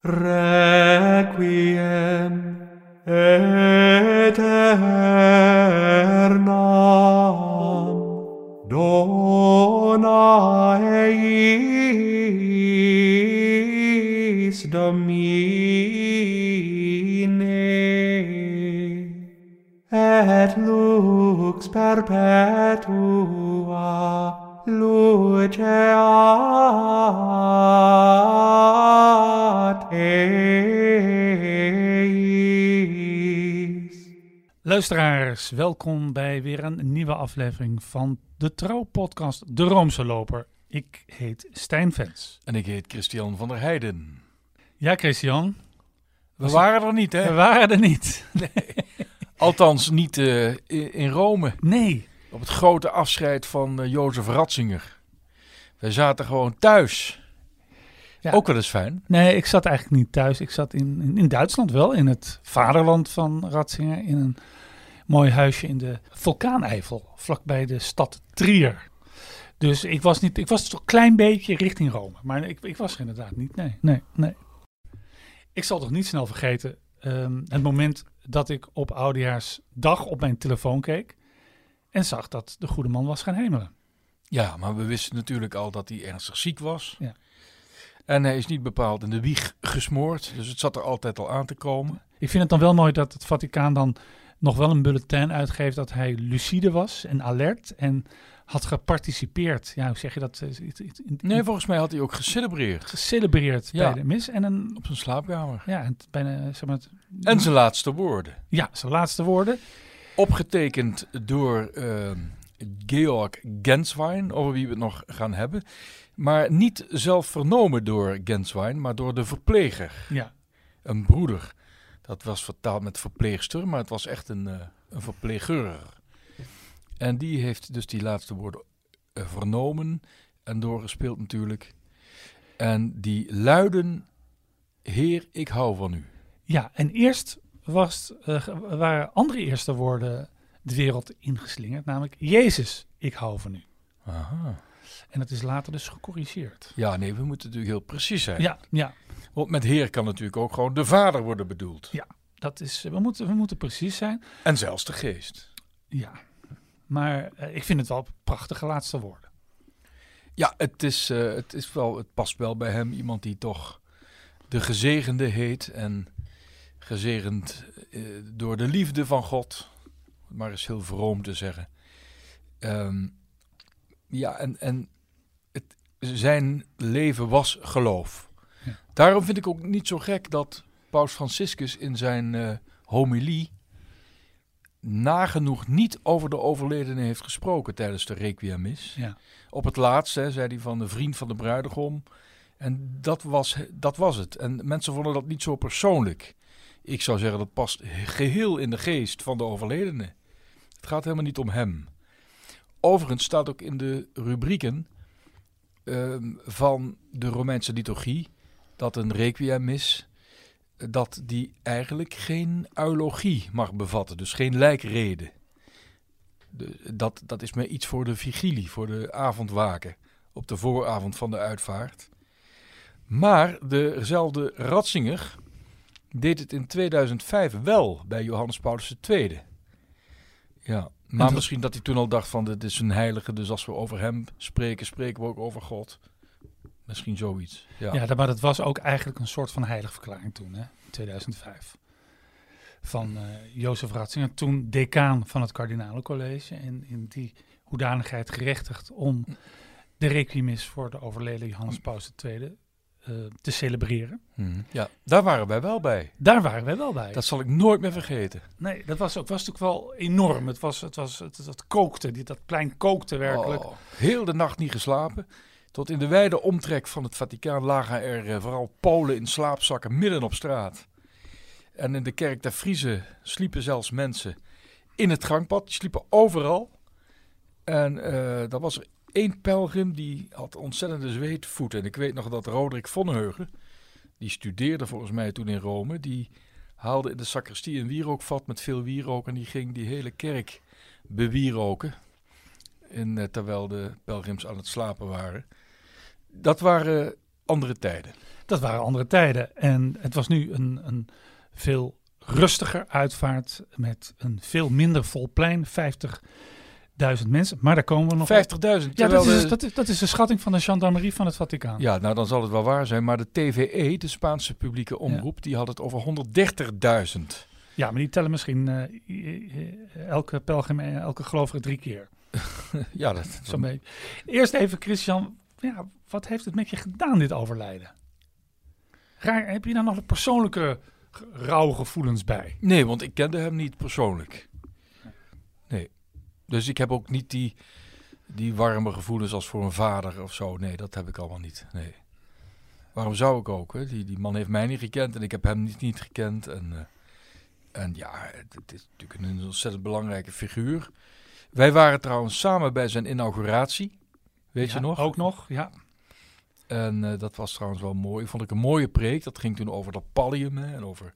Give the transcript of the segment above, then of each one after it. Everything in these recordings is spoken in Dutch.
Requiem aeternam dona eis Domine et lux perpetua luceat eis. Luisteraars, welkom bij weer een nieuwe aflevering van de Trouw-podcast De Roomse Loper. Ik heet Stijn Vens. En ik heet Christian van der Heijden. Ja, Christian. We waren er niet, hè? We waren er niet. Nee. Althans, niet in Rome. Nee. Op het grote afscheid van Jozef Ratzinger. Wij zaten gewoon thuis. Ja. Ook wel eens fijn. Nee, ik zat eigenlijk niet thuis. Ik zat in Duitsland wel, in het vaderland van Ratzinger. In een mooi huisje in de Vulkaaneifel, vlakbij de stad Trier. Dus ik was toch een klein beetje richting Rome. Maar ik was er inderdaad niet. Nee. Ik zal toch niet snel vergeten het moment dat ik op Oudejaarsdag op mijn telefoon keek en zag dat de goede man was gaan hemelen. Ja, maar we wisten natuurlijk al dat hij ernstig ziek was. Ja. En hij is niet bepaald in de wieg gesmoord. Dus het zat er altijd al aan te komen. Ik vind het dan wel mooi dat het Vaticaan dan nog wel een bulletin uitgeeft dat hij lucide was en alert en had geparticipeerd. Ja, hoe zeg je dat? Nee, volgens mij had hij ook gecelebreerd. Gecelebreerd Ja. bij de mis en Op zijn slaapkamer. ja, en bijna, zeg maar, En zijn laatste woorden. ja, zijn laatste woorden. Opgetekend door Georg Genswein, over wie we het nog gaan hebben. Maar niet zelf vernomen door Genswein, maar door de verpleger. Ja. Een broeder. Dat was vertaald met verpleegster, maar het was echt een verpleger. En die heeft dus die laatste woorden vernomen en doorgespeeld natuurlijk. En die luiden: Heer, ik hou van u. Ja, en eerst waren andere eerste woorden de wereld ingeslingerd, namelijk Jezus, ik hou van u. Aha. En dat is later dus gecorrigeerd. Ja, nee, we moeten natuurlijk heel precies zijn. Ja, Want met Heer kan natuurlijk ook gewoon de Vader worden bedoeld. Ja. Dat is, we moeten precies zijn. En zelfs de Geest. Ja, maar ik vind het wel prachtige laatste woorden. Ja, het past wel bij hem. Iemand die toch de gezegende heet en gezegend door de liefde van God. Maar is heel vroom te zeggen. Zijn leven was geloof. Ja. Daarom vind ik ook niet zo gek dat Paus Franciscus in zijn homilie nagenoeg niet over de overledene heeft gesproken tijdens de Requiemmis. Ja. Op het laatst zei hij van de vriend van de bruidegom. En dat was het. En mensen vonden dat niet zo persoonlijk. Ik zou zeggen dat past geheel in de geest van de overledene. Het gaat helemaal niet om hem. Overigens staat ook in de rubrieken van de Romeinse liturgie dat een requiemmis, dat die eigenlijk geen eulogie mag bevatten, dus geen lijkrede. Dat is meer iets voor de vigilie, voor de avondwaken, op de vooravond van de uitvaart. Maar dezelfde Ratzinger deed het in 2005 wel bij Johannes Paulus II. Ja, maar misschien dat hij toen al dacht van dit is een heilige, dus als we over hem spreken, spreken we ook over God. Misschien zoiets. Ja, Maar dat was ook eigenlijk een soort van heilige verklaring toen, hè, in 2005. Van Jozef Ratzinger, toen decaan van het Kardinalencollege. En in die hoedanigheid gerechtigd om de requiemis voor de overleden Johannes Paulus II te celebreren. Ja, daar waren wij wel bij. Daar waren wij wel bij. Dat zal ik nooit meer vergeten. Nee, dat was natuurlijk wel enorm. Het kookte, dat plein kookte werkelijk. Heel de nacht niet geslapen. Tot in de wijde omtrek van het Vaticaan lagen er vooral Polen in slaapzakken midden op straat. En in de kerk der Friezen sliepen zelfs mensen in het gangpad. Die sliepen overal. En dan was er één pelgrim die had ontzettende zweetvoeten. En ik weet nog dat Roderick Vonheugen, die studeerde volgens mij toen in Rome, die haalde in de sacristie een wierookvat met veel wierook en die ging die hele kerk bewieroken. Terwijl de pelgrims aan het slapen waren. Dat waren andere tijden. Dat waren andere tijden. En het was nu een veel rustiger uitvaart met een veel minder vol plein. 50.000 mensen. Maar daar komen we nog 50.000. Ja, dat is de schatting van de gendarmerie van het Vaticaan. Ja, nou dan zal het wel waar zijn. Maar de TVE, de Spaanse publieke omroep, die had het over 130.000. Ja, maar die tellen misschien elke pelgrim en elke gelovige 3 keer. Ja, dat Zo'n beetje. Eerst even, Christian, ja, wat heeft het met je gedaan, dit overlijden? Heb je daar nog persoonlijke rauwe gevoelens bij? Nee, want ik kende hem niet persoonlijk. Nee. Dus ik heb ook niet die warme gevoelens als voor een vader of zo. Nee, dat heb ik allemaal niet. Nee. Waarom zou ik ook? Hè? Die man heeft mij niet gekend en ik heb hem niet gekend. En ja, het is natuurlijk een ontzettend belangrijke figuur. Wij waren trouwens samen bij zijn inauguratie. Weet je nog? Ook nog, ja. En dat was trouwens wel mooi. Vond ik een mooie preek. Dat ging toen over dat pallium en over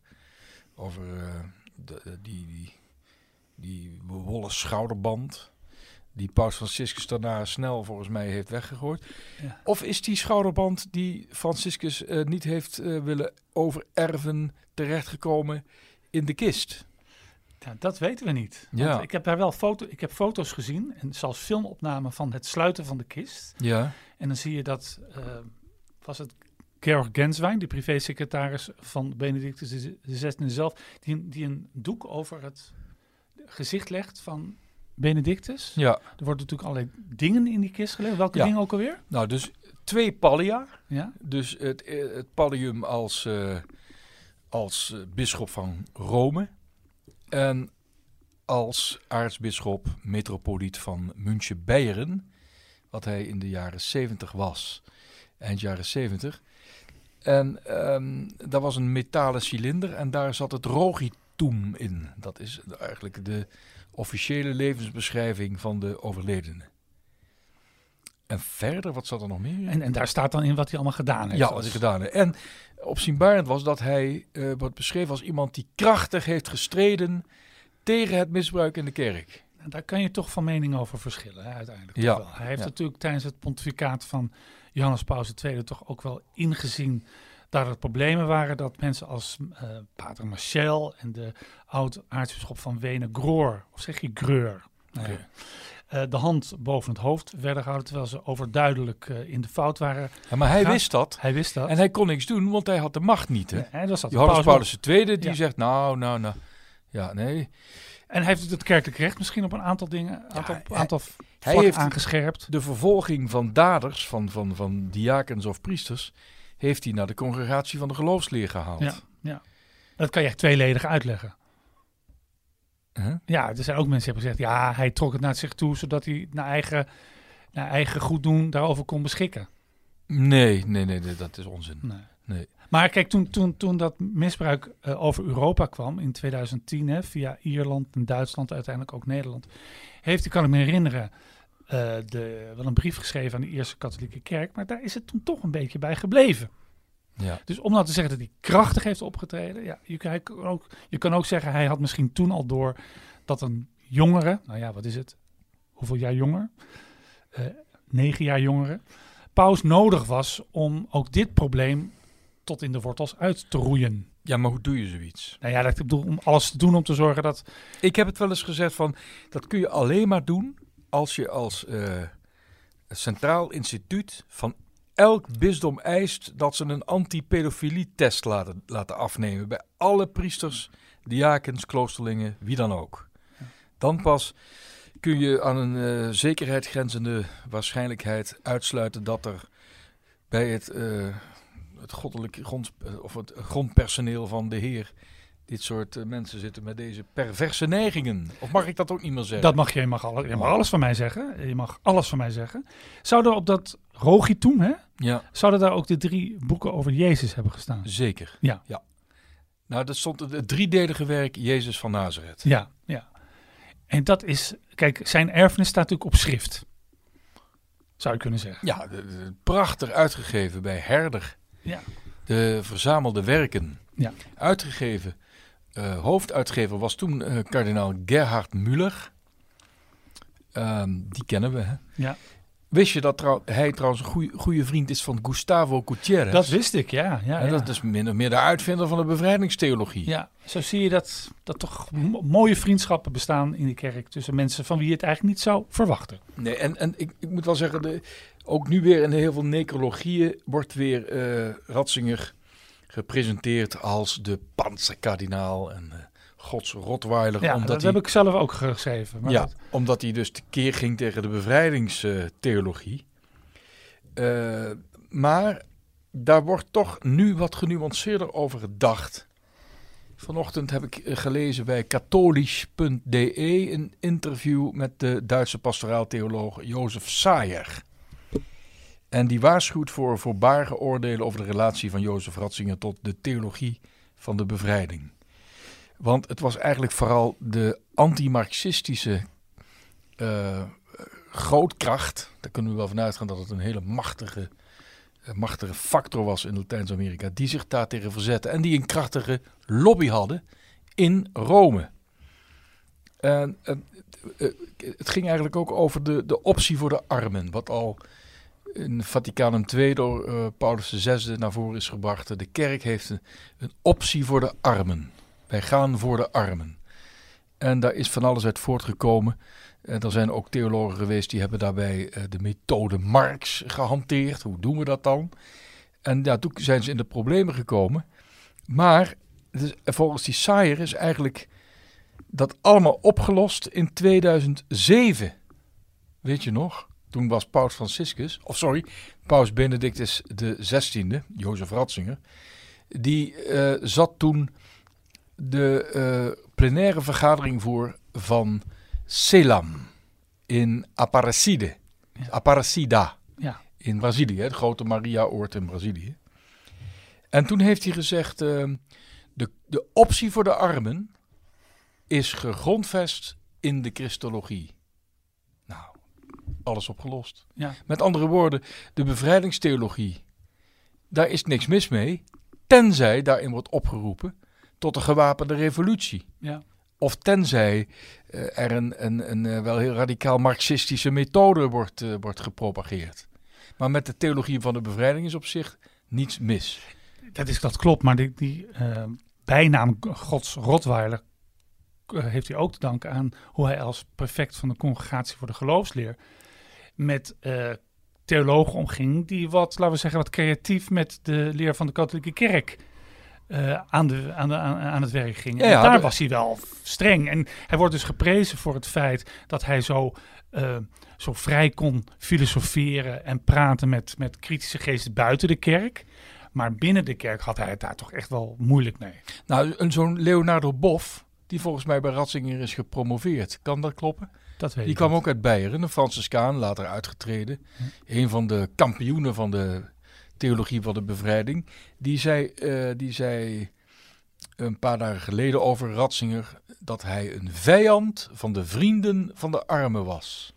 die wollen schouderband. Die Paus Franciscus daarna snel volgens mij heeft weggegooid. Ja. Of is die schouderband die Franciscus niet heeft willen overerven terechtgekomen in de kist? Ja, dat weten we niet. Ja. Want ik heb daar wel foto's gezien en zelfs filmopnamen van het sluiten van de kist. Ja. En dan zie je dat, was het Georg Genswein, de privésecretaris van Benedictus XVI zelf, die een doek over het gezicht legt van Benedictus. Ja. Er worden natuurlijk allerlei dingen in die kist gelegd. Welke Ja. dingen ook alweer? Nou, dus 2 pallia. Ja. Dus het pallium als bisschop van Rome en als aartsbisschop metropoliet van München-Beieren, wat hij in de jaren 70 was, eind jaren 70. En daar was een metalen cilinder en daar zat het rogitum in. Dat is eigenlijk de officiële levensbeschrijving van de overledene. En verder, wat zat er nog meer in? En daar staat dan in wat hij allemaal gedaan heeft. Ja, wat hij gedaan heeft. En opzienbarend was dat hij wordt beschreven als iemand die krachtig heeft gestreden tegen het misbruik in de kerk. En daar kan je toch van mening over verschillen, hè, uiteindelijk. Ja. Toch wel. Hij heeft Ja. natuurlijk tijdens het pontificaat van Johannes Paus II toch ook wel ingezien dat er problemen waren dat mensen als Pater Marcel en de oud-aartsbisschop van Wenen, Groor, of zeg je Greur, nou ja, de hand boven het hoofd werden gehouden, terwijl ze overduidelijk in de fout waren. Ja, maar hij Ja. wist dat. Hij wist dat. En hij kon niks doen, want hij had de macht niet. Hè? En dat zat de Johannes paus Paulus II, die Ja. zegt nou. Ja, nee. En hij heeft het kerkelijk recht misschien op een aantal dingen, hij vlakken heeft aangescherpt. de vervolging van daders, van diakens of priesters, heeft hij naar de congregatie van de geloofsleer gehaald. Ja. Dat kan je echt tweeledig uitleggen. Huh? Ja, er zijn ook mensen die hebben gezegd, ja, hij trok het naar zich toe, zodat hij naar eigen goeddoen daarover kon beschikken. Nee, dat is onzin. Nee. Maar kijk, toen dat misbruik over Europa kwam in 2010, hè, via Ierland en Duitsland, uiteindelijk ook Nederland, heeft, ik kan ik me herinneren, wel een brief geschreven aan de Ierse katholieke kerk, maar daar is het toen toch een beetje bij gebleven. Ja. Dus om nou te zeggen dat hij krachtig heeft opgetreden, ja, je kan ook zeggen, hij had misschien toen al door dat een jongere, nou ja, wat is het? Hoeveel jaar jonger? 9 jaar jongere. Paus nodig was om ook dit probleem tot in de wortels uit te roeien. Ja, maar hoe doe je zoiets? Nou ja, ik bedoel, om alles te doen om te zorgen dat... Ik heb het wel eens gezegd van, dat kun je alleen maar doen als je als centraal instituut van elk bisdom eist dat ze een anti-pedofilie-test laten afnemen. Bij alle priesters, diakens, kloosterlingen, wie dan ook. Dan pas kun je aan een zekerheid grenzende waarschijnlijkheid uitsluiten dat er bij het goddelijke het grondpersoneel van de Heer dit soort mensen zitten met deze perverse neigingen. Of mag ik dat ook niet meer zeggen? Dat mag je mag alles van mij zeggen. Je mag alles van mij zeggen. Zouden op dat Rogitum, hè? Ja, Zouden daar ook de 3 boeken over Jezus hebben gestaan? zeker. Ja. Nou, dat stond het 3-delige werk Jezus van Nazareth. Ja. En dat is, kijk, zijn erfenis staat natuurlijk op schrift. Zou je kunnen zeggen. Ja, prachtig uitgegeven bij Herder. Ja. De verzamelde werken. Ja. Uitgegeven. Hoofduitgever was toen kardinaal Gerhard Müller. Die kennen we, hè? Ja. Wist je dat hij trouwens een goede vriend is van Gustavo Gutierrez? Dat wist ik, ja. En dat is min of meer de uitvinder van de bevrijdingstheologie. Ja, zo zie je dat toch mooie vriendschappen bestaan in de kerk tussen mensen van wie je het eigenlijk niet zou verwachten. Nee, en ik moet wel zeggen, ook nu weer in heel veel necrologieën wordt weer Ratzinger gepresenteerd als de panzerkardinaal en Gods Rottweiler. Ja, dat heb ik zelf ook geschreven. Maar omdat hij dus tekeer ging tegen de bevrijdingstheologie. Maar daar wordt toch nu wat genuanceerder over gedacht. Vanochtend heb ik gelezen bij katholisch.de een interview met de Duitse pastoraal-theoloog Jozef Sayer. En die waarschuwt voor voorbarige oordelen over de relatie van Jozef Ratzinger tot de theologie van de bevrijding. Want het was eigenlijk vooral de anti-marxistische grootkracht. Daar kunnen we wel van uitgaan dat het een hele machtige factor was in Latijns-Amerika. Die zich daartegen verzette en die een krachtige lobby hadden in Rome. En het ging eigenlijk ook over de optie voor de armen. Wat al in Vaticanum II door Paulus VI naar voren is gebracht. De kerk heeft een optie voor de armen. Wij gaan voor de armen. En daar is van alles uit voortgekomen. Er zijn ook theologen geweest die hebben daarbij de methode Marx gehanteerd. Hoe doen we dat dan? En ja, toen zijn ze in de problemen gekomen. Maar volgens die Sayer is eigenlijk dat allemaal opgelost in 2007. Weet je nog? Toen was Paus Benedictus XVI, Jozef Ratzinger, die zat toen de plenaire vergadering voor van Selam in Aparecida in Brazilië, het grote Maria-oord in Brazilië. En toen heeft hij gezegd, de optie voor de armen is gegrondvest in de Christologie. Nou, alles opgelost. Ja. Met andere woorden, de bevrijdingstheologie, daar is niks mis mee, tenzij daarin wordt opgeroepen tot een gewapende revolutie. Ja. Of tenzij er een wel heel radicaal marxistische methode wordt gepropageerd. Maar met de theologie van de bevrijding is op zich niets mis. Dat klopt, maar die bijnaam Gods Rottweiler heeft hij ook te danken aan hoe hij als prefect van de Congregatie voor de Geloofsleer met theologen omging die wat creatief met de leer van de katholieke kerk aan het werk ging. En daar was hij wel streng. En hij wordt dus geprezen voor het feit dat hij zo vrij kon filosoferen en praten met kritische geesten buiten de kerk. Maar binnen de kerk had hij het daar toch echt wel moeilijk mee. Nou, zo'n Leonardo Boff, die volgens mij bij Ratzinger is gepromoveerd. Kan dat kloppen? Dat weet die kwam ook uit Beieren, een Franciscaan, later uitgetreden. Een van de kampioenen van de theologie van de bevrijding. Die zei een paar dagen geleden over Ratzinger dat hij een vijand van de vrienden van de armen was.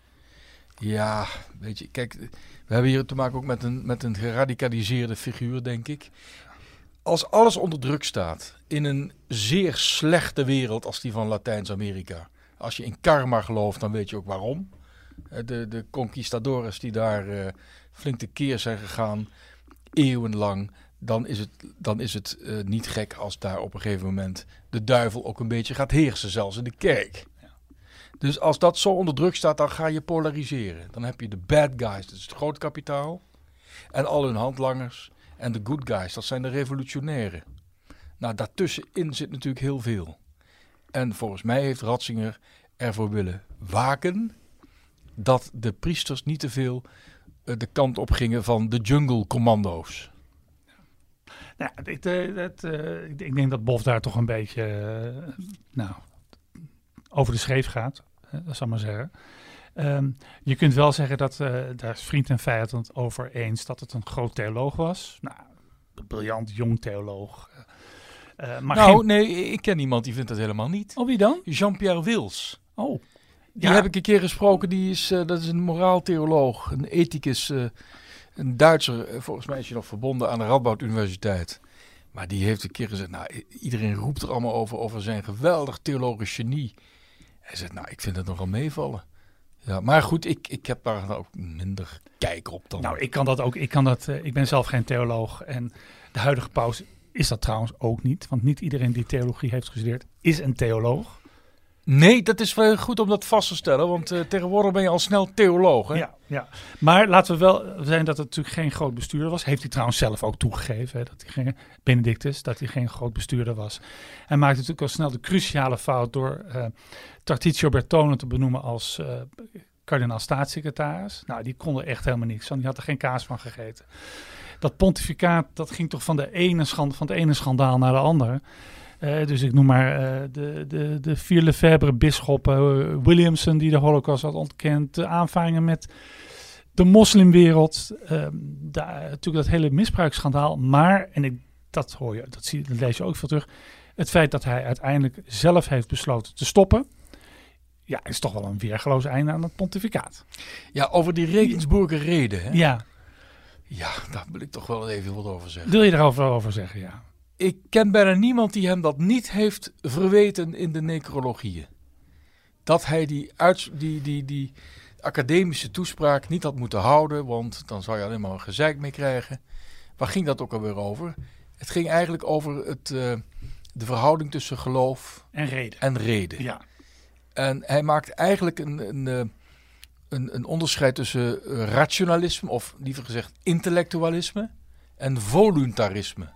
Ja, weet je, kijk, we hebben hier te maken ook met een geradicaliseerde figuur, denk ik. Als alles onder druk staat in een zeer slechte wereld als die van Latijns-Amerika. Als je in karma gelooft, dan weet je ook waarom. De conquistadores die daar flink tekeer zijn gegaan, eeuwenlang, dan is het niet gek als daar op een gegeven moment de duivel ook een beetje gaat heersen, zelfs in de kerk. Ja. Dus als dat zo onder druk staat, dan ga je polariseren. Dan heb je de bad guys, dat is het groot kapitaal, en al hun handlangers. En de good guys, dat zijn de revolutionairen. Nou, daartussenin zit natuurlijk heel veel. En volgens mij heeft Ratzinger ervoor willen waken dat de priesters niet te veel de kant op gingen van de jungle commando's. Nou, ik denk dat Boff daar toch een beetje over de schreef gaat, dat zal ik maar zeggen. Je kunt wel zeggen dat daar is vriend en vijand het over eens dat het een groot theoloog was. Nou, een briljant jong theoloog. Nee, ik ken iemand die vindt dat helemaal niet. Oh, wie dan? Jean-Pierre Wils. Oh. Die heb ik een keer gesproken. Dat is een moraaltheoloog, een ethicus, een Duitser. Volgens mij is hij nog verbonden aan de Radboud Universiteit. Maar die heeft een keer gezegd, iedereen roept er allemaal over zijn geweldig theologisch genie. Hij zegt, ik vind het nogal meevallen. Ja, maar goed, ik heb daar ook minder kijk op dan. Nou, ik kan dat ook. Ik ben zelf geen theoloog. En de huidige paus is dat trouwens ook niet. Want niet iedereen die theologie heeft gestudeerd is een theoloog. Nee, dat is wel goed om dat vast te stellen. Want tegenwoordig ben je al snel theoloog. Hè? Ja. Maar laten we wel zijn dat het natuurlijk geen groot bestuurder was. Heeft hij trouwens zelf ook toegegeven. Hè, Benedictus, dat hij geen groot bestuurder was. Hij maakte natuurlijk al snel de cruciale fout door Tartizio Bertone te benoemen als kardinaal staatssecretaris. Nou, die kon er echt helemaal niks van. Die had er geen kaas van gegeten. Dat pontificaat, dat ging toch van het ene schandaal naar de andere. Dus ik noem maar de vier Lefebvre-bisschoppen, Williamson die de Holocaust had ontkend, de aanvaringen met de moslimwereld, natuurlijk dat hele misbruiksschandaal. Maar, en dat lees je ook veel terug, het feit dat hij uiteindelijk zelf heeft besloten te stoppen, ja, is toch wel een weergeloos einde aan het pontificaat. Ja, over die Regensburger reden. Hè? Ja. Ja, daar wil ik toch wel even wat over zeggen. Wil je erover over zeggen, ja? Ik ken bijna niemand die hem dat niet heeft verweten in de necrologieën. Dat hij die academische toespraak niet had moeten houden, want dan zou je alleen maar een gezeik mee krijgen. Waar ging dat ook alweer over? Het ging eigenlijk over de verhouding tussen geloof en reden. Ja. En hij maakt eigenlijk een onderscheid tussen rationalisme, of liever gezegd intellectualisme, en voluntarisme.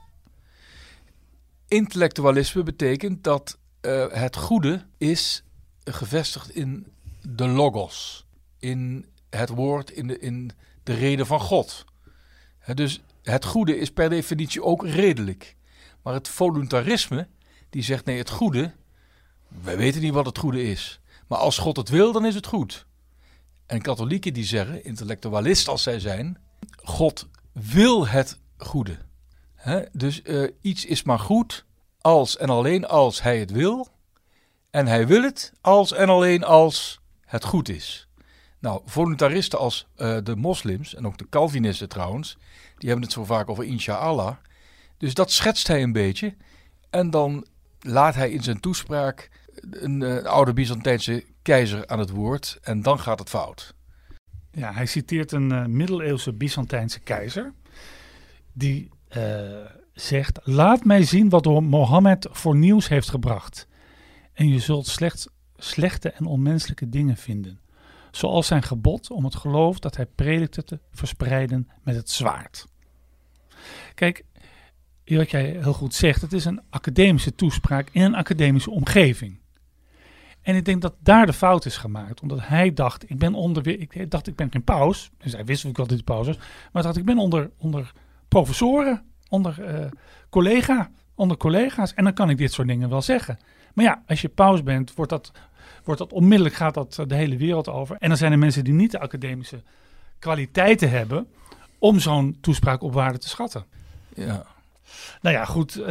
Intellectualisme betekent dat het goede is gevestigd in de logos, in het woord, in de rede van God. Dus het goede is per definitie ook redelijk. Maar het voluntarisme, die zegt nee, het goede, wij weten niet wat het goede is. Maar als God het wil, dan is het goed. En katholieken die zeggen, intellectualist als zij zijn, God wil het goede. Dus iets is maar goed als en alleen als hij het wil. En hij wil het als en alleen als het goed is. Nou, voluntaristen als de moslims, en ook de Calvinisten trouwens, die hebben het zo vaak over inshallah. Dus dat schetst hij een beetje. En dan laat hij in zijn toespraak een oude Byzantijnse keizer aan het woord. En dan gaat het fout. Ja, hij citeert een middeleeuwse Byzantijnse keizer. Die zegt, laat mij zien wat Mohammed voor nieuws heeft gebracht. En je zult slechts slechte en onmenselijke dingen vinden. Zoals zijn gebod om het geloof dat hij predikte te verspreiden met het zwaard. Kijk, wat jij heel goed zegt, het is een academische toespraak in een academische omgeving. En ik denk dat daar de fout is gemaakt. Omdat hij dacht, ik ben geen paus. Dus hij wist ook wel dat hij paus was. Maar hij dacht, ik ben onder professoren, onder collega's. En dan kan ik dit soort dingen wel zeggen. Maar ja, als je paus bent, wordt dat onmiddellijk, gaat dat de hele wereld over. En dan zijn er mensen die niet de academische kwaliteiten hebben om zo'n toespraak op waarde te schatten. Ja. Nou ja, goed.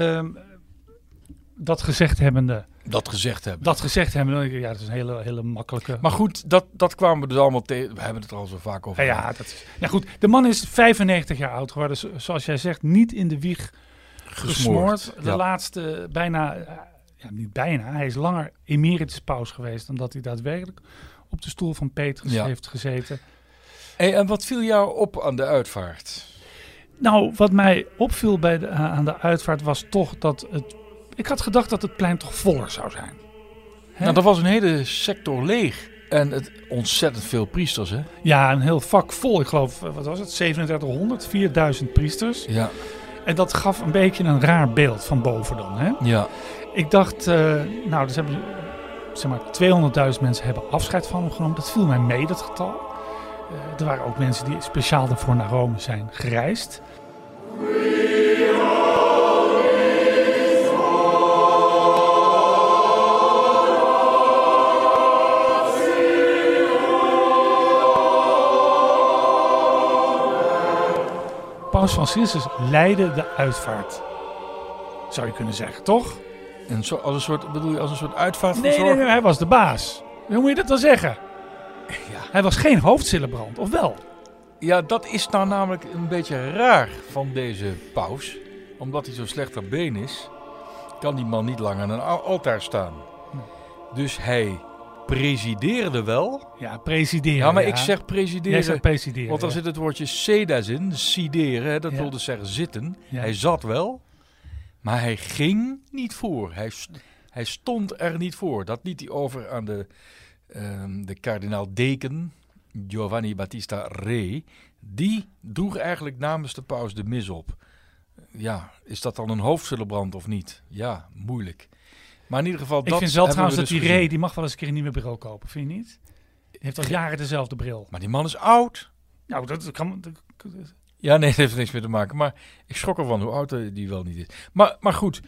Dat gezegd hebbende, ja, dat is een hele makkelijke. Maar goed, dat kwamen we dus allemaal tegen. We hebben het er al zo vaak over. Ja, goed. De man is 95 jaar oud geworden. Zoals jij zegt, niet in de wieg gesmoord. De laatste niet bijna. Hij is langer emeritus paus geweest dan dat hij daadwerkelijk op de stoel van Petrus heeft gezeten. Hey, en wat viel jou op aan de uitvaart? Nou, wat mij opviel aan de uitvaart was toch dat ik had gedacht dat het plein toch voller zou zijn. Nou, er was een hele sector leeg. En ontzettend veel priesters, hè? Ja, een heel vak vol. Ik geloof, wat was het? 3700, 4000 priesters. Ja. En dat gaf een beetje een raar beeld van boven dan, hè? Ja. Ik dacht, dus hebben, zeg maar, 200.000 mensen hebben afscheid van hem genomen. Dat viel mij mee, dat getal. Er waren ook mensen die speciaal daarvoor naar Rome zijn gereisd. Paus Franciscus leidde de uitvaart, zou je kunnen zeggen, toch? En als een soort uitvaartverzorger? Nee, hij was de baas. Hoe moet je dat dan zeggen? Ja. Hij was geen hoofdcelebrant, of wel? Ja, dat is nou namelijk een beetje raar van deze paus. Omdat hij zo slecht ter been is, kan die man niet lang aan een altaar staan. Dus hij presideerde wel. Ja, presideren. Ja, maar ja. ik zeg Jij presideren. zegt presideren. Want daar ja. zit het woordje sedas in, sideren, hè, dat Ja. wil dus zeggen zitten. Ja. Hij zat wel, maar hij ging niet voor. Hij stond er niet voor. Dat liet hij over aan de kardinaal-deken, Giovanni Battista Re. Die droeg eigenlijk namens de paus de mis op. Ja, is dat dan een hoofdcelebrant of niet? Ja, moeilijk. Maar in ieder geval, Ik vind wel trouwens dat dus die gezien. Ray, die mag wel eens een keer een nieuwe bril kopen, vind je niet? Die heeft al jaren dezelfde bril. Maar die man is oud. Nou, dat kan... Ja, nee, dat heeft er niks mee te maken. Maar ik schrok ervan hoe oud die wel niet is. Maar goed,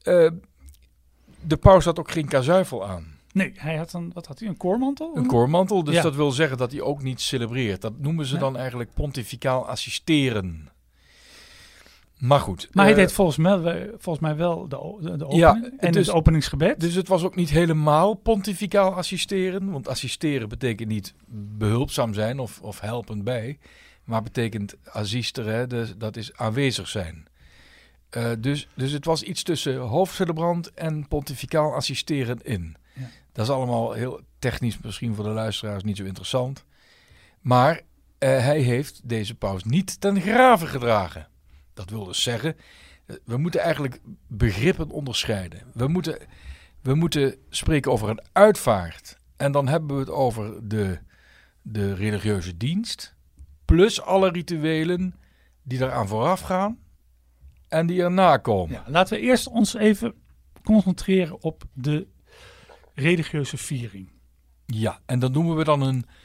de paus had ook geen kazuifel aan. Nee, hij had een... Wat had hij? Een koormantel? Een koormantel, dus Ja. dat wil zeggen dat hij ook niet celebreert. Dat noemen ze Ja. dan eigenlijk pontificaal assisteren. Maar goed. Maar hij deed volgens mij wel de opening Ja, en dus- het openingsgebed. Dus het was ook niet helemaal pontificaal assisteren. Want assisteren betekent niet behulpzaam zijn of helpend bij. Maar betekent assisteren, hè, dus dat is aanwezig zijn. Dus het was iets tussen hoofdcelebrant en pontificaal assisteren in. Ja. Dat is allemaal heel technisch, misschien voor de luisteraars niet zo interessant. Maar hij heeft deze paus niet ten grave gedragen. Dat wil dus zeggen, we moeten eigenlijk begrippen onderscheiden. We moeten spreken over een uitvaart. En dan hebben we het over de religieuze dienst. Plus alle rituelen die eraan vooraf gaan. En die erna komen. Ja, laten we eerst ons even concentreren op de religieuze viering. Ja, en dan noemen we dan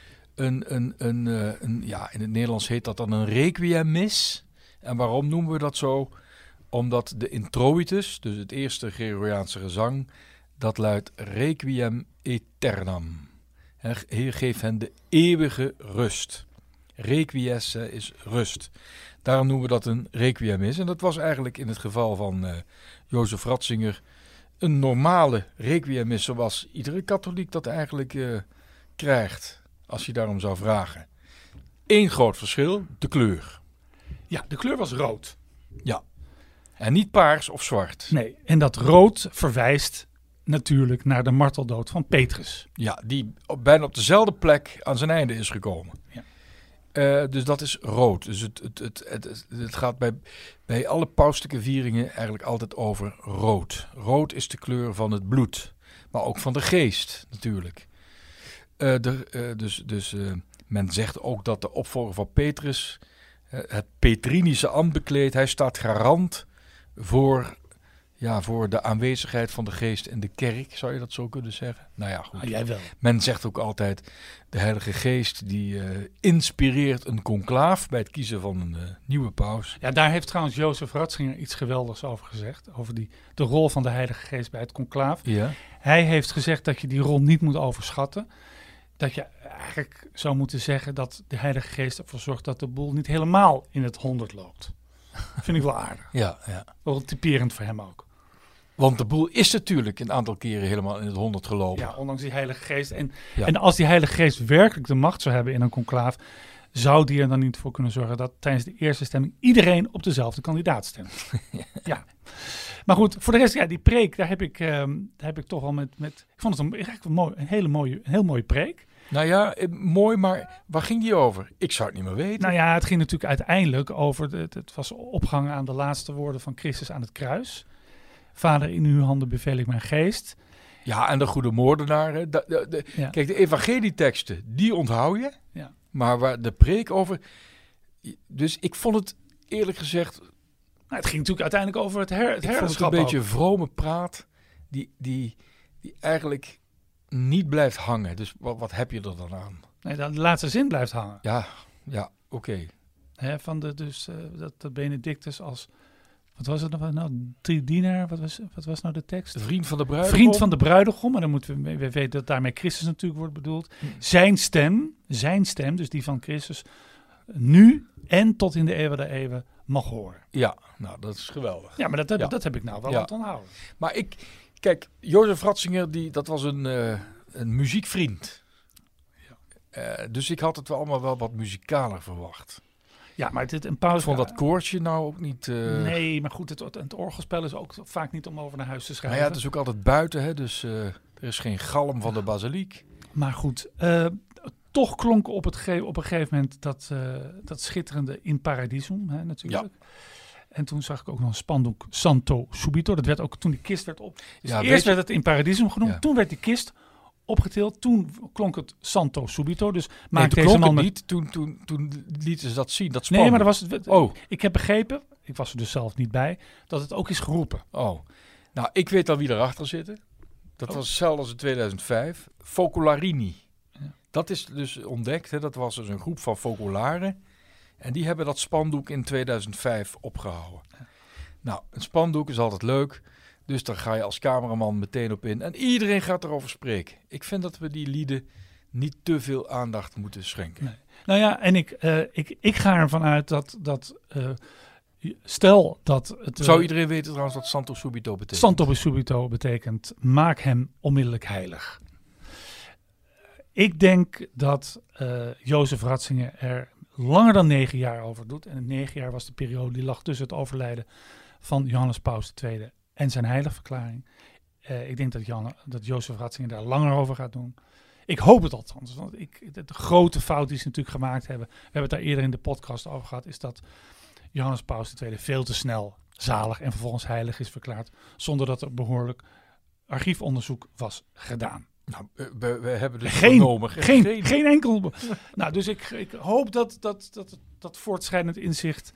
ja, in het Nederlands heet dat dan een requiemmis. En waarom noemen we dat zo? Omdat de introitus, dus het eerste Gregoriaanse gezang, dat luidt requiem aeternam. Heer, geef hen de eeuwige rust. Requiesce is rust. Daarom noemen we dat een requiemis. En dat was eigenlijk in het geval van Jozef Ratzinger een normale requiemis, zoals iedere katholiek dat eigenlijk krijgt, als je daarom zou vragen. Eén groot verschil, de kleur. Ja, de kleur was rood. Ja. En niet paars of zwart. Nee, en dat rood verwijst natuurlijk naar de marteldood van Petrus. Ja, die bijna op dezelfde plek aan zijn einde is gekomen. Ja. Dus dat is rood. Dus het gaat bij alle pauselijke vieringen eigenlijk altijd over rood. Rood is de kleur van het bloed, maar ook van de geest natuurlijk. Men zegt ook dat de opvolger van Petrus het Petrinische ambt bekleedt. Hij staat garant voor de aanwezigheid van de geest in de kerk, zou je dat zo kunnen zeggen? Nou ja, goed. Ah, jij wel. Men zegt ook altijd, de Heilige Geest die inspireert een conclaaf bij het kiezen van een nieuwe paus. Ja, daar heeft trouwens Jozef Ratzinger iets geweldigs over gezegd. Over de rol van de Heilige Geest bij het conclaaf. Ja. Hij heeft gezegd dat je die rol niet moet overschatten. Dat je eigenlijk zou moeten zeggen dat de Heilige Geest ervoor zorgt dat de boel niet helemaal in het 100 loopt. Vind ik wel aardig. Ja. Wel typerend voor hem ook. Want de boel is natuurlijk een aantal keren helemaal in het 100 gelopen. Ja, ondanks die Heilige Geest. En Ja. als die Heilige Geest werkelijk de macht zou hebben in een conclaaf, zou die er dan niet voor kunnen zorgen dat tijdens de eerste stemming iedereen op dezelfde kandidaat stemt. Ja. Maar goed, voor de rest, ja, die preek, daar heb ik toch wel met ik vond het een heel mooie preek. Nou ja, mooi, maar waar ging die over? Ik zou het niet meer weten. Nou ja, het ging natuurlijk uiteindelijk over, het was opgehangen aan de laatste woorden van Christus aan het kruis. Vader, in uw handen beveel ik mijn geest. Ja, en de goede moordenaar. Hè. Ja. Kijk, de evangelieteksten, die onthoud je. Ja. Maar waar de preek over... Dus ik vond het, eerlijk gezegd... Nou, het ging natuurlijk uiteindelijk over het Ik vond het een herderschap beetje ook. vrome praat die eigenlijk niet blijft hangen. Dus wat heb je er dan aan? Nee, de laatste zin blijft hangen. Ja, oké. Hè, van dat Benedictus als, wat was het nou, dienaar, wat was nou de tekst? De vriend van de bruidegom. Vriend van de bruidegom, en dan moeten we weten dat daarmee Christus natuurlijk wordt bedoeld. Zijn stem, dus die van Christus, nu en tot in de eeuwen der eeuwen mag horen. Ja, nou, dat is geweldig. Ja, maar Ja. dat heb ik nou wel Ja. aan het onthouden. Maar kijk, Jozef Ratzinger, dat was een muziekvriend. Dus ik had het wel allemaal wel wat muzikaler verwacht. Ja, maar een pauze. Ik vond dat koortje nou ook niet... Nee, maar goed, het orgelspel is ook vaak niet om over naar huis te Nou schrijven. ja, het is ook altijd buiten, hè, dus er is geen galm van de basiliek. Maar goed, toch klonk op een gegeven moment dat schitterende In Paradisum, hè, natuurlijk. Ja. En toen zag ik ook nog een spandoek Santo Subito. Dat werd ook toen die kist werd op. Dus eerst werd het In Paradisum genoemd. Ja. Toen werd die kist opgetild. Toen klonk het Santo Subito. Dus maakte deze man niet. Toen lieten ze dat zien. Dat nee, maar dat was ik heb begrepen, ik was er dus zelf niet bij, dat het ook is geroepen. Oh, nou, ik weet al wie erachter zitten. Dat was hetzelfde als in 2005. Focolarini. Ja. Dat is dus ontdekt. Hè. Dat was dus een groep van focolaren. En die hebben dat spandoek in 2005 opgehouden. Ja. Nou, een spandoek is altijd leuk. Dus daar ga je als cameraman meteen op in. En iedereen gaat erover spreken. Ik vind dat we die lieden niet te veel aandacht moeten schenken. Nee. Nou ja, en ik ga ervan uit dat stel dat het... Zou iedereen weten trouwens wat Santo Subito betekent? Santo Subito betekent maak hem onmiddellijk heilig. Ik denk dat Jozef Ratzinger er langer dan 9 jaar over doet. En 9 jaar was de periode die lag tussen het overlijden van Johannes Paus II en zijn heiligverklaring. Ik denk dat Jozef Ratzinger daar langer over gaat doen. Ik hoop het althans. Want de grote fout die ze natuurlijk gemaakt hebben, we hebben het daar eerder in de podcast over gehad, is dat Johannes Paus II veel te snel zalig en vervolgens heilig is verklaard, zonder dat er behoorlijk archiefonderzoek was gedaan. Nou, we hebben dus genomen. Geen enkel. Nou, dus ik hoop dat voortschrijdend inzicht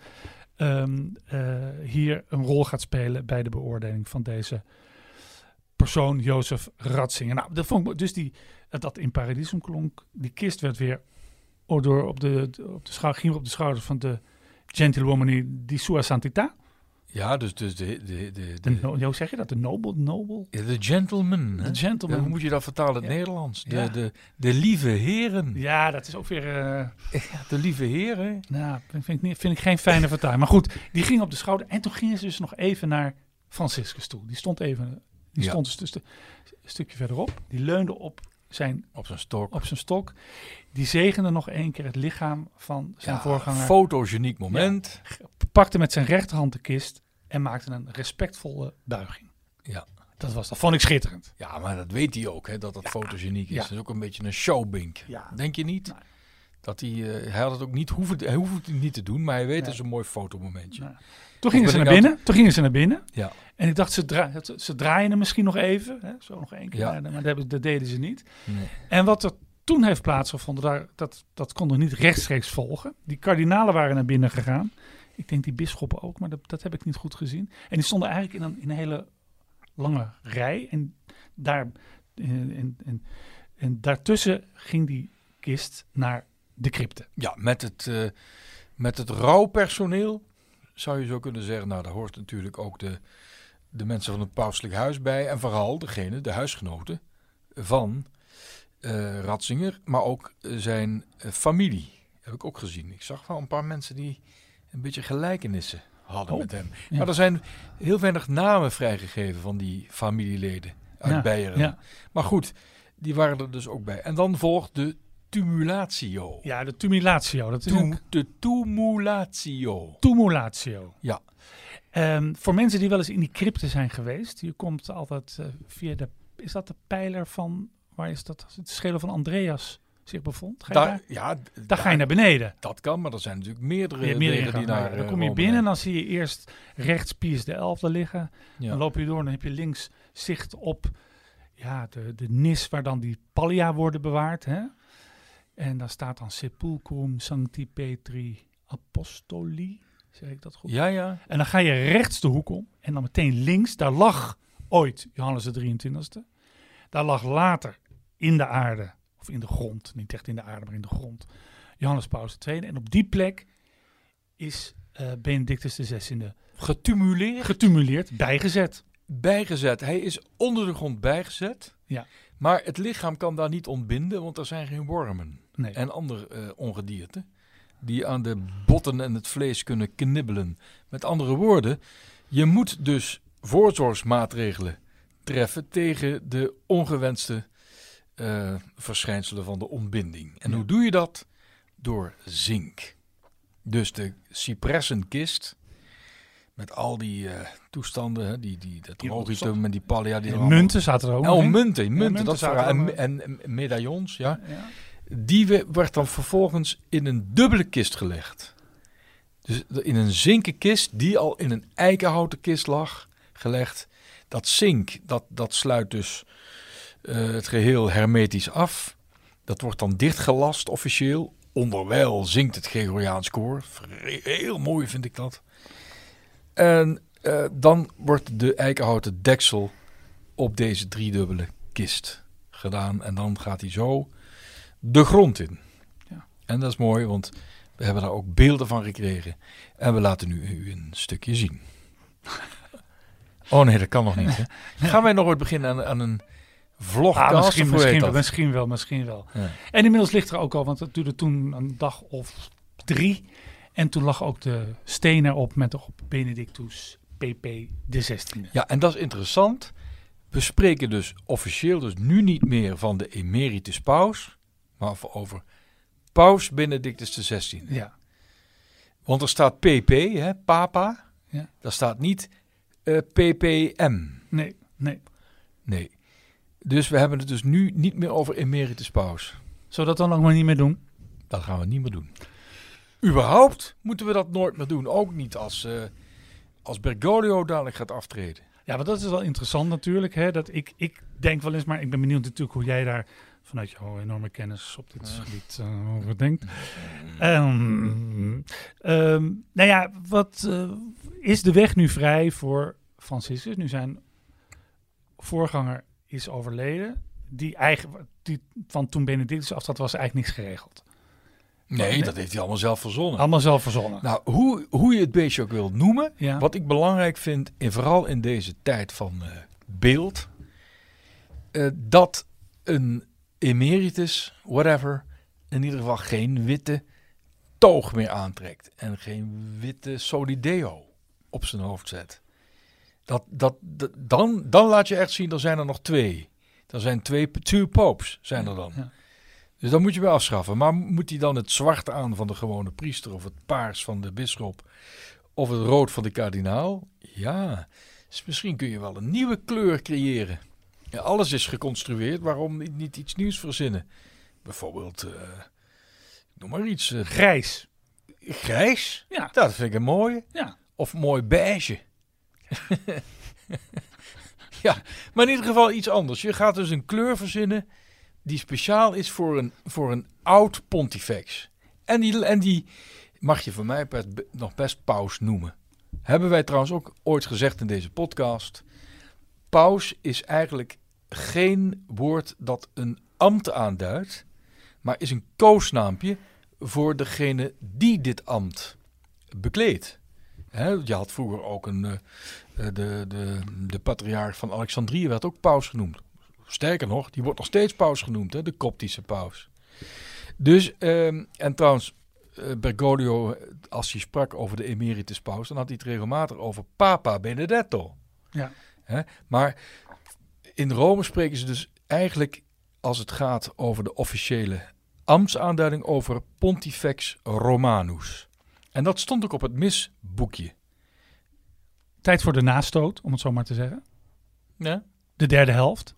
hier een rol gaat spelen bij de beoordeling van deze persoon, Jozef Ratzinger. Nou, dat vond ik dus dat In Paradisum klonk. Die kist werd weer op de schouders van de Gentiluomini di Sua Santità. Ja, dus hoe zeg je dat? De noble? Ja, de gentleman. De gentleman. Hoe moet je dat vertalen in het Nederlands? De lieve heren. Ja, dat is ook weer... de lieve heren. Nou, vind ik geen fijne vertaling. Maar goed, die ging op de schouder. En toen gingen ze dus nog even naar Franciscus toe. Die stond stond een stukje verderop. Die leunde op zijn stok. Die zegende nog 1 keer het lichaam van zijn voorganger. Fotogeniek moment. Ja, pakte met zijn rechterhand de kist en maakte een respectvolle buiging. Ja. Dat vond ik schitterend. Ja, maar dat weet hij ook, hè, dat fotogeniek is. Ja. Dat is ook een beetje een showbink. Ja. Denk je niet? Nee. Dat hij had het ook niet hij hoeft het niet te doen, maar hij weet het is een mooi fotomomentje. Nee. Toen gingen ze naar binnen. Ja. En ik dacht, ze draaien hem misschien nog even. Hè, zo nog 1 keer. Ja. Maar dat deden ze niet. Nee. En wat er toen heeft plaatsgevonden, dat kon nog niet rechtstreeks volgen. Die kardinalen waren naar binnen gegaan. Ik denk die bisschoppen ook, maar dat heb ik niet goed gezien. En die stonden eigenlijk in een hele lange rij. En daartussen ging die kist naar de crypte. Ja, met het rouwpersoneel zou je zo kunnen zeggen. Nou, daar hoort natuurlijk ook de mensen van het pauselijk huis bij. En vooral de huisgenoten van Ratzinger. Maar ook zijn familie. Heb ik ook gezien. Ik zag wel een paar mensen die een beetje gelijkenissen hadden met hem. Ja. Maar er zijn heel weinig namen vrijgegeven van die familieleden uit Beieren. Ja. Maar goed, die waren er dus ook bij. En dan volgt de tumulatio. Ja, de tumulatio. Dat is de tumulatio. Tumulatio. Ja. Voor mensen die wel eens in die crypte zijn geweest, je komt altijd via is dat de pijler van, waar is dat? Het schedel van Andreas zich bevond. Daar ga je naar beneden. Dat kan, maar er zijn natuurlijk meerdere wegen die naar dan kom je binnen en dan zie je eerst rechts Pius XI liggen. Ja. Dan loop je door en dan heb je links zicht op de nis waar dan die pallia worden bewaard. Hè? En daar staat dan Sepulchrum Sancti Petri Apostoli. Zeg ik dat goed? Ja. En dan ga je rechts de hoek om en dan meteen links. Daar lag ooit Johannes de 23e. Daar lag later in de aarde, of in de grond, niet echt in de aarde, maar in de grond, Johannes Paus II. En op die plek is Benedictus XVI getumuleerd, bijgezet. Hij is onder de grond bijgezet. Ja. Maar het lichaam kan daar niet ontbinden, want er zijn geen wormen en andere ongedierte die aan de botten en het vlees kunnen knibbelen. Met andere woorden, je moet dus voorzorgsmaatregelen treffen tegen de ongewenste verschijnselen van de ontbinding. En hoe doe je dat? Door zink. Dus de cipressenkist Met al die toestanden, hè, dat Die rogitum en die pallia. Die De er allemaal- munten zaten er ook nog Oh, in. munten, munten dat zaten verhaal. er En medaillons, ja. Ja. Die werd dan vervolgens in een dubbele kist gelegd. Dus in een zinken kist, die al in een eikenhouten kist lag, gelegd. Dat zink, dat sluit dus het geheel hermetisch af. Dat wordt dan dichtgelast officieel. Onderwijl zingt het Gregoriaans koor. Heel mooi vind ik dat. En dan wordt de eikenhouten deksel op deze driedubbele kist gedaan. En dan gaat hij zo de grond in. Ja. En dat is mooi, want we hebben daar ook beelden van gekregen. En we laten nu een stukje zien. Oh nee, dat kan nog niet. Hè? Gaan wij nog ooit beginnen aan een vlogcast? Misschien wel. Ja. En inmiddels ligt er ook al, want het duurde toen een dag of 3. En toen lag ook de steen erop met op Benedictus PP de 16e. Ja, en dat is interessant. We spreken dus officieel dus nu niet meer van de emeritus paus, maar over paus Benedictus XVI. Ja. Want er staat PP, hè, papa. Ja. Daar staat niet PPM. Nee. Nee. Dus we hebben het dus nu niet meer over emeritus paus. Zullen we dat dan ook maar niet meer doen? Dat gaan we niet meer doen. Überhaupt moeten we dat nooit meer doen. Ook niet als Bergoglio dadelijk gaat aftreden. Ja, want dat is wel interessant natuurlijk. Hè, dat ik denk wel eens, maar ik ben benieuwd natuurlijk hoe jij daar vanuit jouw enorme kennis op dit gebied over denkt. Nou ja, wat is de weg nu vrij voor Franciscus? Nu zijn voorganger is overleden. Die van toen Benedictus aftrad was eigenlijk niks geregeld. Nee, dat heeft hij allemaal zelf verzonnen. Allemaal zelf verzonnen. Nou, hoe je het beestje ook wilt noemen. Ja. Wat ik belangrijk vind, en vooral in deze tijd van beeld, dat een emeritus, whatever, in ieder geval geen witte toog meer aantrekt. En geen witte solideo op zijn hoofd zet. Dan laat je echt zien, er zijn er nog twee. Er zijn two popes, zijn er dan. Ja. Dus dat moet je wel afschaffen. Maar moet hij dan het zwart aan van de gewone priester, of het paars van de bisschop, of het rood van de kardinaal? Ja, dus misschien kun je wel een nieuwe kleur creëren. Ja, alles is geconstrueerd, waarom niet iets nieuws verzinnen? Bijvoorbeeld, noem maar iets. Grijs. Grijs? Ja. Dat vind ik een mooie. Ja. Of mooi beige. Ja, maar in ieder geval iets anders. Je gaat dus een kleur verzinnen die speciaal is voor een oud pontifex. En die mag je voor mij nog best paus noemen. Hebben wij trouwens ook ooit gezegd in deze podcast. Paus is eigenlijk geen woord dat een ambt aanduidt, maar is een koosnaampje voor degene die dit ambt bekleedt. Je had vroeger ook de patriarch van Alexandrië werd ook paus genoemd. Sterker nog, die wordt nog steeds paus genoemd, hè, de Koptische paus. Dus, en trouwens, Bergoglio, als hij sprak over de emeritus paus, dan had hij het regelmatig over Papa Benedetto. Ja. Maar in Rome spreken ze dus eigenlijk, als het gaat over de officiële ambtsaanduiding, over Pontifex Romanus. En dat stond ook op het misboekje. Tijd voor de nastoot, om het zo maar te zeggen. Ja? De derde helft.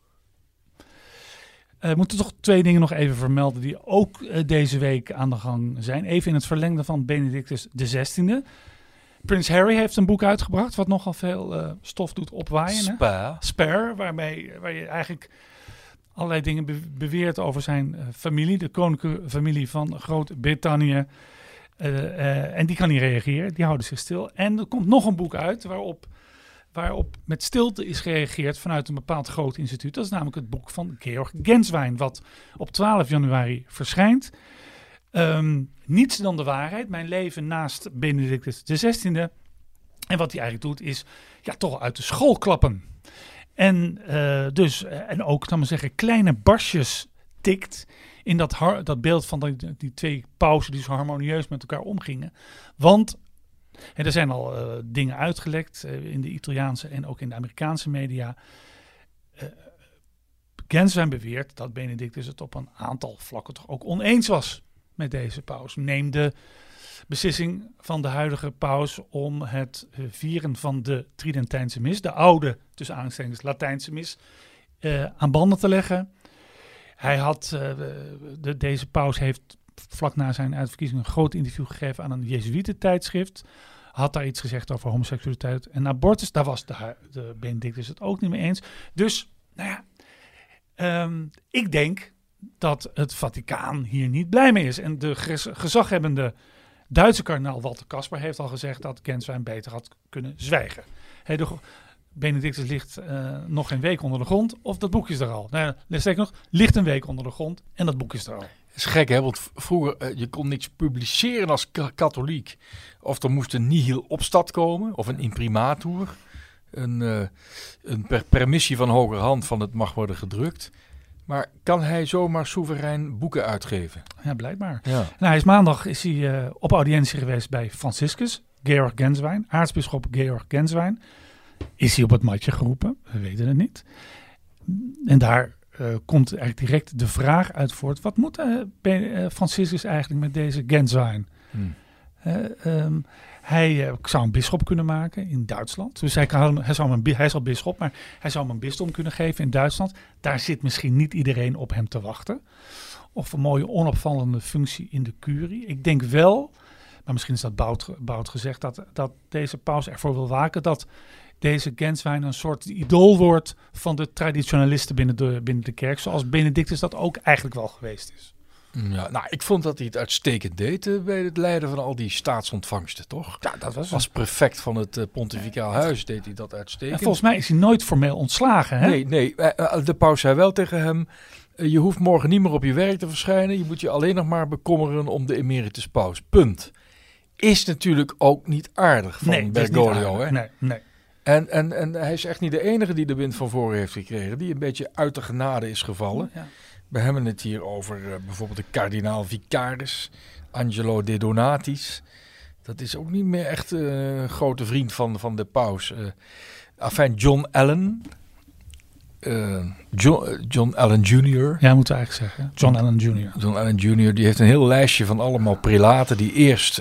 We moeten toch 2 dingen nog even vermelden die ook deze week aan de gang zijn. Even in het verlengde van Benedictus XVI. Prins Harry heeft een boek uitgebracht wat nogal veel stof doet opwaaien. Spa. Spare, waar je eigenlijk allerlei dingen beweert over zijn familie. De koninklijke familie van Groot-Brittannië. En die kan niet reageren, die houden zich stil. En er komt nog een boek uit waarop met stilte is gereageerd vanuit een bepaald groot instituut. Dat is namelijk het boek van Georg Genswein, wat op 12 januari verschijnt. Niets dan de waarheid, mijn leven naast Benedictus XVI. En wat hij eigenlijk doet is toch uit de school klappen. En ook, dan maar zeggen, kleine barsjes tikt in dat beeld van die 2 pausen die zo harmonieus met elkaar omgingen. Want er zijn al dingen uitgelekt in de Italiaanse en ook in de Amerikaanse media. Genswein beweert dat Benedictus het op een aantal vlakken toch ook oneens was met deze paus. Neem de beslissing van de huidige paus om het vieren van de Tridentijnse mis, de oude, tussen aanhalingstekens, Latijnse mis, aan banden te leggen. Hij had, deze paus heeft vlak na zijn uitverkiezing een groot interview gegeven aan een Jezuïeten-tijdschrift. Had daar iets gezegd over homoseksualiteit en abortus. Daar was de Benedictus het ook niet mee eens. Dus, ik denk dat het Vaticaan hier niet blij mee is. En de gezaghebbende Duitse kardinaal Walter Kasper heeft al gezegd dat Genswein beter had kunnen zwijgen. De Benedictus ligt nog geen week onder de grond of dat boek is er al. Sterker nog, ligt een week onder de grond en dat boek is er al. Het is gek, hè? Want vroeger je kon niks publiceren als katholiek. Of er moest een nihil obstat komen, of een imprimatur. Een permissie van hogerhand van het mag worden gedrukt. Maar kan hij zomaar soeverein boeken uitgeven? Ja, blijkbaar. Ja. Nou, hij is maandag op audiëntie geweest bij Franciscus, Georg Genswein, aartsbisschop Georg Genswein. Is hij op het matje geroepen? We weten het niet. En daar komt eigenlijk direct de vraag uit voort. Wat moet Franciscus eigenlijk met deze Genswein? Hij zou een bisschop kunnen maken in Duitsland. Dus hij is al bisschop, maar hij zou hem een bisdom kunnen geven in Duitsland. Daar zit misschien niet iedereen op hem te wachten. Of een mooie onopvallende functie in de curie. Ik denk wel, maar misschien is dat bout gezegd, dat deze paus ervoor wil waken dat deze Genswein een soort idool wordt van de traditionalisten binnen de kerk. Zoals Benedictus dat ook eigenlijk wel geweest is. Ja, nou, ik vond dat hij het uitstekend deed bij het leiden van al die staatsontvangsten, toch? Ja, dat was als prefect van het pontificaal huis deed hij dat uitstekend. En volgens mij is hij nooit formeel ontslagen, hè? Nee. De paus zei wel tegen hem, je hoeft morgen niet meer op je werk te verschijnen. Je moet je alleen nog maar bekommeren om de emeritus paus. Punt. Is natuurlijk ook niet aardig van Bergoglio, hè? Nee. En hij is echt niet de enige die de wind van voren heeft gekregen. Die een beetje uit de genade is gevallen. Ja. We hebben het hier over bijvoorbeeld de kardinaal vicaris, Angelo De Donatis. Dat is ook niet meer echt een grote vriend van de paus. John Allen. John Allen Jr. Ja, moeten we eigenlijk zeggen. John Allen Jr. John Allen Jr. Die heeft een heel lijstje van allemaal prelaten die eerst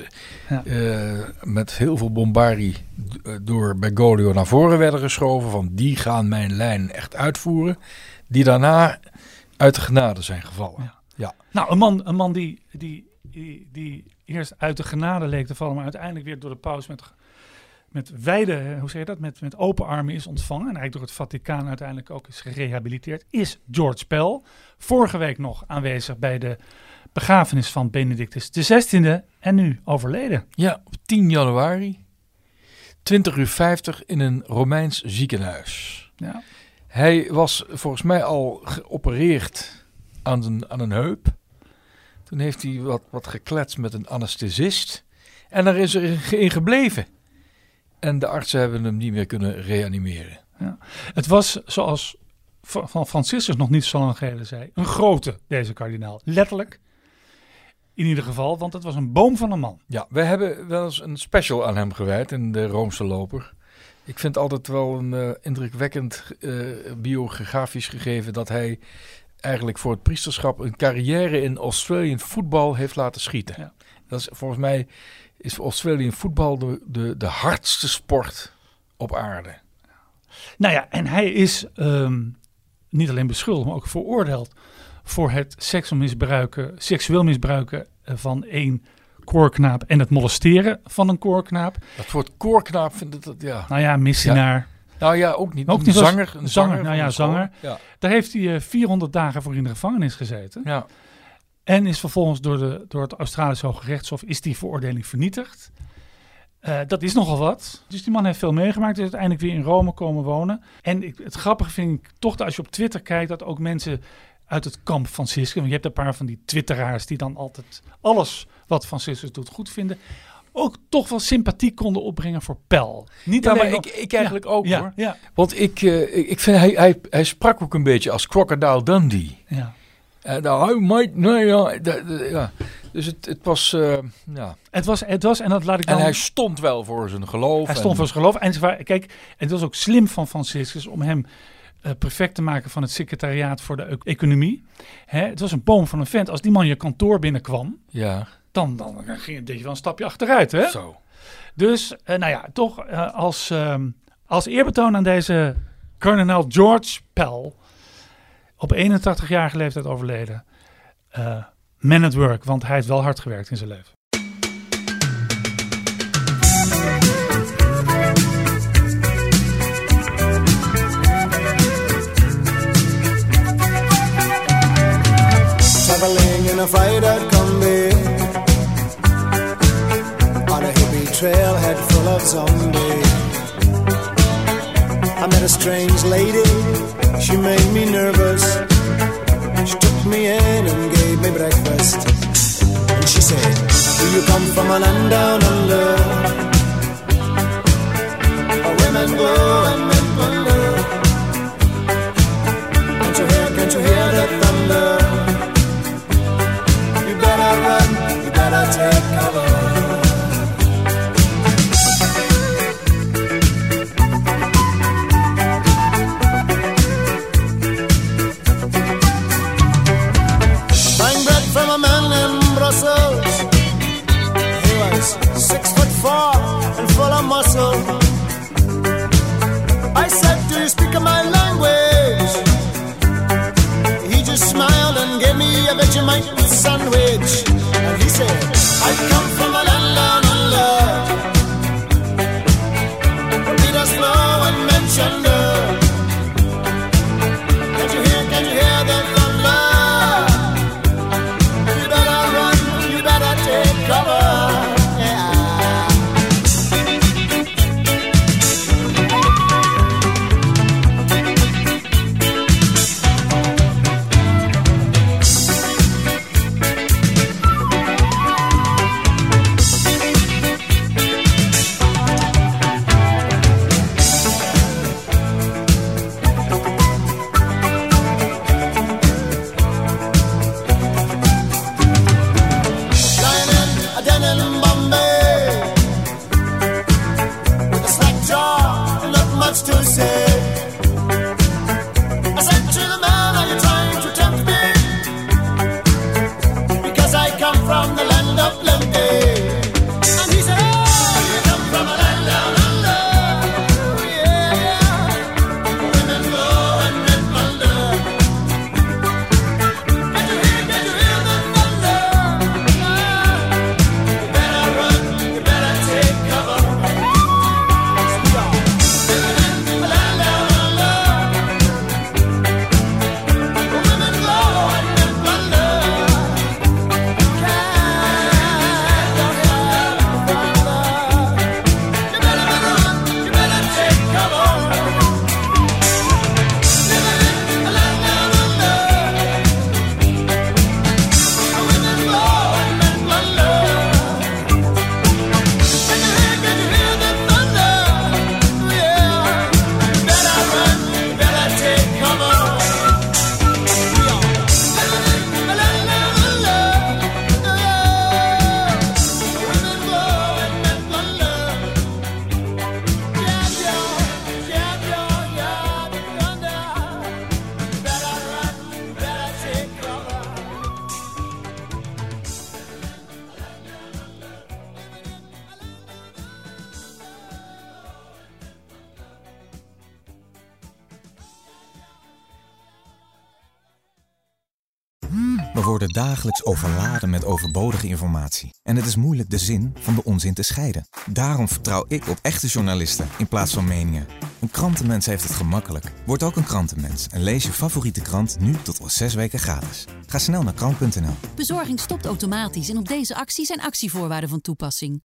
met heel veel bombardie door Bergoglio naar voren werden geschoven. Van die gaan mijn lijn echt uitvoeren. Die daarna uit de genade zijn gevallen. Ja. Nou, een man die eerst uit de genade leek te vallen, maar uiteindelijk weer door de paus met wijde, hoe zeg je dat, met open armen is ontvangen en eigenlijk door het Vaticaan uiteindelijk ook is gerehabiliteerd, is George Pell. Vorige week nog aanwezig bij de begrafenis van Benedictus XVI en nu overleden. Ja, op 10 januari, 20:50 in een Romeins ziekenhuis. Ja. Hij was volgens mij al geopereerd aan een heup. Toen heeft hij wat gekletst met een anesthesist. En daar is er in gebleven. En de artsen hebben hem niet meer kunnen reanimeren. Ja. Het was, zoals van Franciscus nog niet zo lang geleden zei, een grote, deze kardinaal. Letterlijk. In ieder geval, want het was een boom van een man. Ja, we hebben wel eens een special aan hem gewijd in de Roomse Loper. Ik vind altijd wel een indrukwekkend biografisch gegeven dat hij eigenlijk voor het priesterschap een carrière in Australian voetbal heeft laten schieten. Ja. Dat is volgens mij is voor Australian voetbal de hardste sport op aarde. Nou ja, en hij is niet alleen beschuldigd, maar ook veroordeeld voor het seksueel misbruiken van één koorknaap en het molesteren van een koorknaap. Dat woord koorknaap vind ik dat, ja. Nou ja, missionaar. Ja. Nou ja, ook niet. Ook een zanger. Een zanger. Nou ja, zanger. Ja. Daar heeft hij 400 dagen voor in de gevangenis gezeten. Ja. En is vervolgens door het Australische Hoge Rechtshof is die veroordeling vernietigd. Dat is nogal wat. Dus die man heeft veel meegemaakt. Is uiteindelijk weer in Rome komen wonen. En het grappige vind ik toch dat als je op Twitter kijkt, dat ook mensen uit het kamp Franciscus, want je hebt een paar van die twitteraars die dan altijd alles wat Franciscus doet goed vinden, ook toch wel sympathie konden opbrengen voor Pell. Niet alleen maar ik eigenlijk ook hoor. Ja. Want ik vind hij sprak ook een beetje als Crocodile Dundee. Ja. Dus het was, ja. Het was, en dat laat ik dan. En hij stond wel voor zijn geloof. Hij stond voor zijn geloof. En kijk, het was ook slim van Franciscus om hem prefect te maken van het secretariaat voor de economie. Het was een boom van een vent. Als die man je kantoor binnenkwam, ja, dan deed je wel een stapje achteruit. Hè? Zo. Dus, toch als eerbetoon aan deze kolonel George Pell, op 81-jarige leeftijd overleden. Man at work, want hij heeft wel hard gewerkt in zijn leven. Traveling in a fried-out combi on a hippie trailhead full of zombies. I met a strange lady, she made me nervous. She took me in and gave me breakfast. And she said, do you come from a land down under? Where women go and men wonder. Can't you hear the thunder? You better run, you better take cover. He was 6'4" and full of muscle. I said, do you speak my language? He just smiled and gave me a Vegemite sandwich. And he said, I come from a land down under, where Peter's flow and mentioned her. Can you hear the thunder? We worden dagelijks overladen met overbodige informatie. En het is moeilijk de zin van de onzin te scheiden. Daarom vertrouw ik op echte journalisten in plaats van meningen. Een krantenmens heeft het gemakkelijk. Word ook een krantenmens en lees je favoriete krant nu tot al 6 weken gratis. Ga snel naar krant.nl. Bezorging stopt automatisch en op deze actie zijn actievoorwaarden van toepassing.